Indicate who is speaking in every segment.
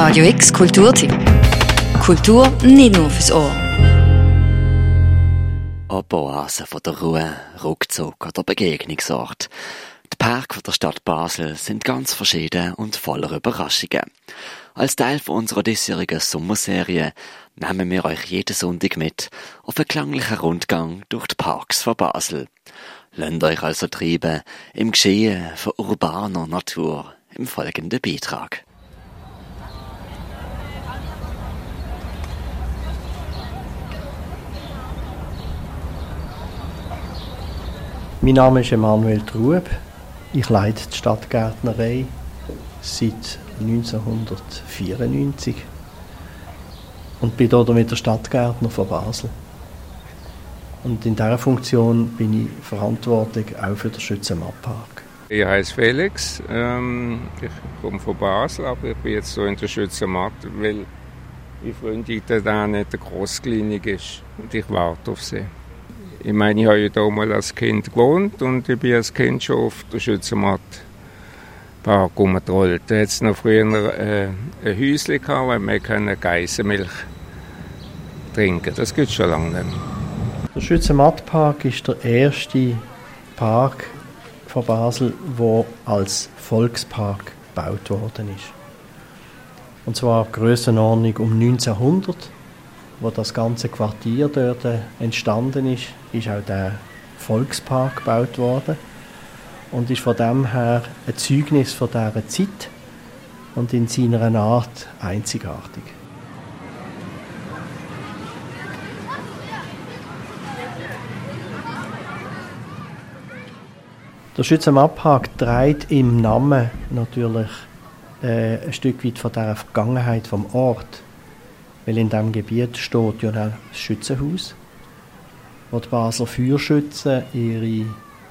Speaker 1: Radio X Kulturtipp. Kultur nicht nur fürs Ohr.
Speaker 2: Ob Oase von der Ruhe, Rückzug oder Begegnungsort. Die Parks der Stadt Basel sind ganz verschieden und voller Überraschungen. Als Teil von unserer diesjährigen Sommerserie nehmen wir euch jeden Sonntag mit auf einen klanglichen Rundgang durch die Parks von Basel. Lasst euch also treiben im Geschehen von urbaner Natur im folgenden Beitrag.
Speaker 3: Mein Name ist Emanuel Trub. Ich leite die Stadtgärtnerei seit 1994 und bin hier der Stadtgärtner von Basel. Und in dieser Funktion bin ich verantwortlich auch für den Schützenmattpark.
Speaker 4: Ich heiße Felix, ich komme von Basel, aber ich bin jetzt so in der Schützenmatt, weil meine Freundin da nicht eine Grossklinik ist und ich warte auf sie. Ich meine, ich habe ja hier mal als Kind gewohnt und ich bin als Kind schon auf der Schützenmattpark rumgetrollt. Da hat es noch früher ein Häuschen gehabt, wo man Geissenmilch trinken konnte. Das gibt es schon lange nicht mehr.
Speaker 3: Der Schützenmattpark ist der erste Park von Basel, der als Volkspark gebaut worden ist. Und zwar Grössenordnung um 1900. Wo das ganze Quartier dort entstanden ist, ist auch der Volkspark gebaut worden und ist von dem her ein Zeugnis von dieser Zeit und in seiner Art einzigartig. Der Schützenmattpark trägt im Namen natürlich ein Stück weit von dieser Vergangenheit vom Ort. Weil in diesem Gebiet steht ja auch das Schützenhaus, wo die Basler Feuerschützen ihre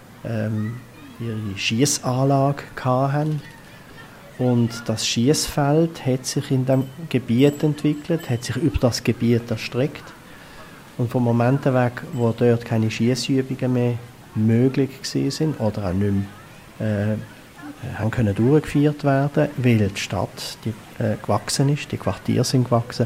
Speaker 3: Schiessanlage hatten. Und das Schiessfeld hat sich in diesem Gebiet entwickelt, hat sich über das Gebiet erstreckt. Und vom Moment weg, wo dort keine Schiessübungen mehr möglich waren oder auch nicht mehr haben können durchgeführt werden, weil die Stadt gewachsen ist, die Quartiere sind gewachsen,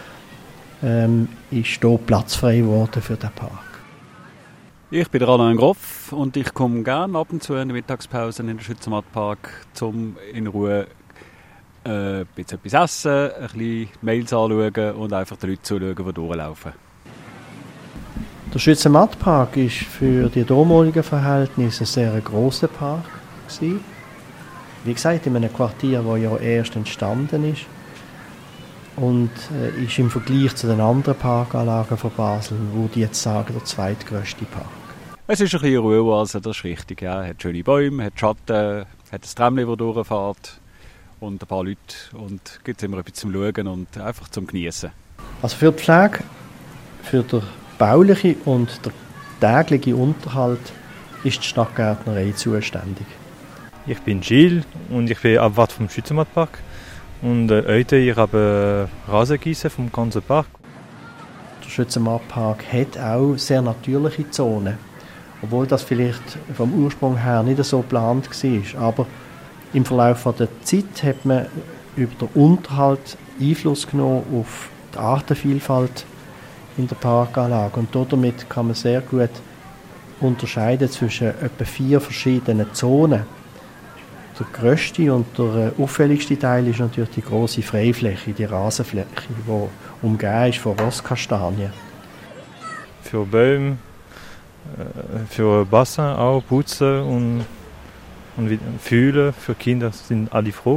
Speaker 3: ist hier Platz frei geworden für den Park.
Speaker 5: Ich bin Alain Groff und ich komme gerne ab und zu in der Mittagspause in den Schützenmattpark, um in Ruhe ein bisschen etwas essen, ein bisschen Mails anschauen und einfach den Leuten zuschauen, die durchlaufen.
Speaker 3: Der Schützenmattpark war für die damaligen Verhältnisse ein sehr grosser Park gewesen. Wie gesagt, in einem Quartier, das ja erst entstanden ist. Und ist im Vergleich zu den anderen Parkanlagen von Basel, wo die jetzt sagen, der zweitgrösste Park.
Speaker 5: Es ist ein bisschen Ruheoase, das ist richtig. Ja. Es hat schöne Bäume, hat Schatten, hat ein Tramli, das durchfährt und ein paar Leute. Und gibt es immer etwas zum Schauen und einfach zum Genießen.
Speaker 3: Also für die Pflege, für den baulichen und den täglichen Unterhalt ist die Stadtgärtnerei zuständig.
Speaker 6: Ich bin Gilles und ich bin Abwart vom Schützenmattpark. Und heute ich habe Rasengießen vom ganzen Park.
Speaker 3: Der Schützenmattpark hat auch sehr natürliche Zonen, obwohl das vielleicht vom Ursprung her nicht so geplant war. Aber im Verlauf der Zeit hat man über den Unterhalt Einfluss genommen auf die Artenvielfalt in der Parkanlage. Und damit kann man sehr gut unterscheiden zwischen etwa 4 verschiedenen Zonen. Der grösste und der auffälligste Teil ist natürlich die grosse Freifläche, die Rasenfläche, die umgeben ist von Rosskastanien.
Speaker 6: Für Bäume, für Bassin auch, putzen und fühlen. Für Kinder sind alle froh.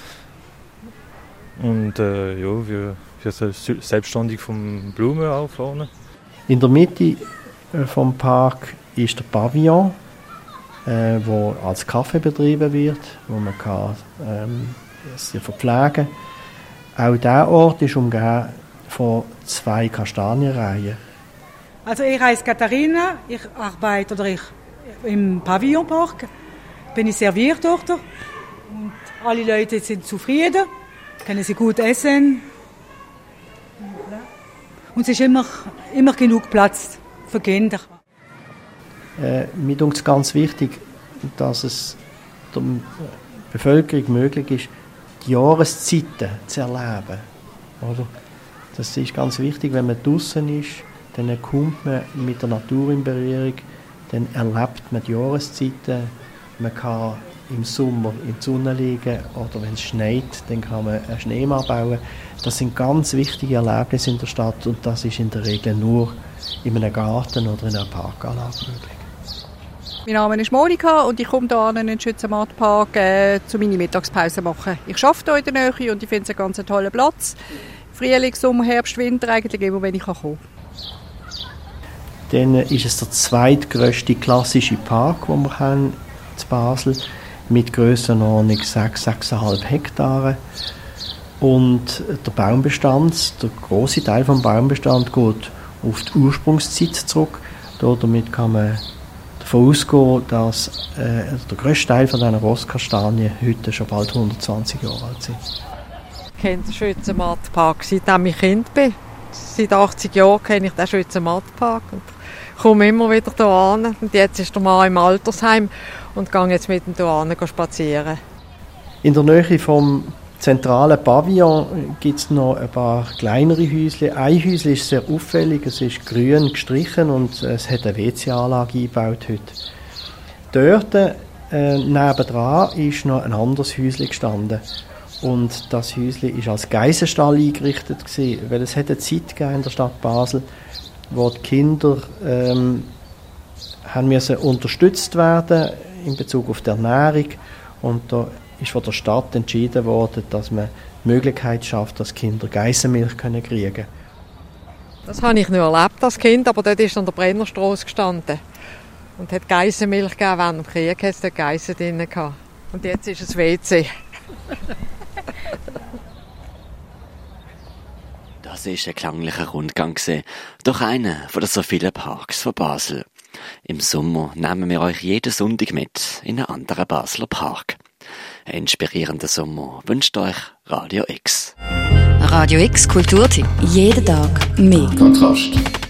Speaker 6: Und wir sind selbstständig von Blumen auch vorne. In der Mitte vom Park ist der Pavillon, wo als Kaffee betrieben wird, wo man kann, sie verpflegen kann. Auch dieser Ort ist umgeben von 2 Kastanienreihen.
Speaker 7: Also ich heiße Katharina, ich arbeite im Pavillonpark, bin ich serviert dort und alle Leute sind zufrieden, können sie gut essen und es ist immer genug Platz für Kinder.
Speaker 3: Mir ist es ganz wichtig, dass es der Bevölkerung möglich ist, die Jahreszeiten zu erleben. Oder? Das ist ganz wichtig, wenn man draußen ist, dann kommt man mit der Natur in Berührung, dann erlebt man die Jahreszeiten, man kann im Sommer in die Sonne liegen oder wenn es schneit, dann kann man einen Schneemann bauen. Das sind ganz wichtige Erlebnisse in der Stadt und das ist in der Regel nur in einem Garten oder in einer Parkanlage möglich.
Speaker 8: Mein Name ist Monika und ich komme hier in den Schützenmattpark zu meiner Mittagspause machen. Ich arbeite hier in der Nähe und ich finde es einen ganz tollen Platz. Frühling, Sommer, Herbst, Winter, eigentlich immer, wenn ich kommen kann.
Speaker 3: Dann ist es der zweitgrösste klassische Park, den wir haben in Basel, mit Grössenordnung 6,5 Hektaren. Und der Baumbestand, der grosse Teil des Baumbestands geht auf die Ursprungszeit zurück. Damit kann man davon ausgehen, dass der grösste Teil von diesen Rosskastanien heute schon bald 120 Jahre alt sind.
Speaker 9: Ich kenne den Schützenmattpark, seitdem ich Kind bin. Seit 80 Jahren kenne ich den Schützenmattpark und komme immer wieder hier hin. Und jetzt ist der Mann im Altersheim und gehe jetzt mit ihm hier hin spazieren.
Speaker 3: In der Nähe vom zentralen Pavillon gibt es noch ein paar kleinere Häuschen. Ein Häuschen ist sehr auffällig, es ist grün gestrichen und es hat eine WC-Anlage eingebaut heute. Dort nebendran ist noch ein anderes Häuschen gestanden. Und das Häuschen war als Geisenstall eingerichtet gewesen, weil es hat eine Zeit gegeben in der Stadt Basel, wo die Kinder haben müssen unterstützt werden in Bezug auf die Ernährung. Und da ist von der Stadt entschieden worden, dass man die Möglichkeit schafft, dass Kinder Geissenmilch kriegen können.
Speaker 9: Das habe ich nur erlebt als Kind, aber dort ist an der Brennerstrasse gestanden. Und hat Geissenmilch gegeben, während dem Krieg hatte es dort Geissen drin gehabt. Und jetzt ist es WC.
Speaker 2: Das war ein klanglicher Rundgang durch einen von den so vielen Parks von Basel. Im Sommer nehmen wir euch jeden Sonntag mit in einen anderen Basler Park. Einen inspirierenden Sommer wünscht euch Radio X.
Speaker 1: Radio X Kulturtipp. Jeden Tag mehr.
Speaker 10: Kontrast.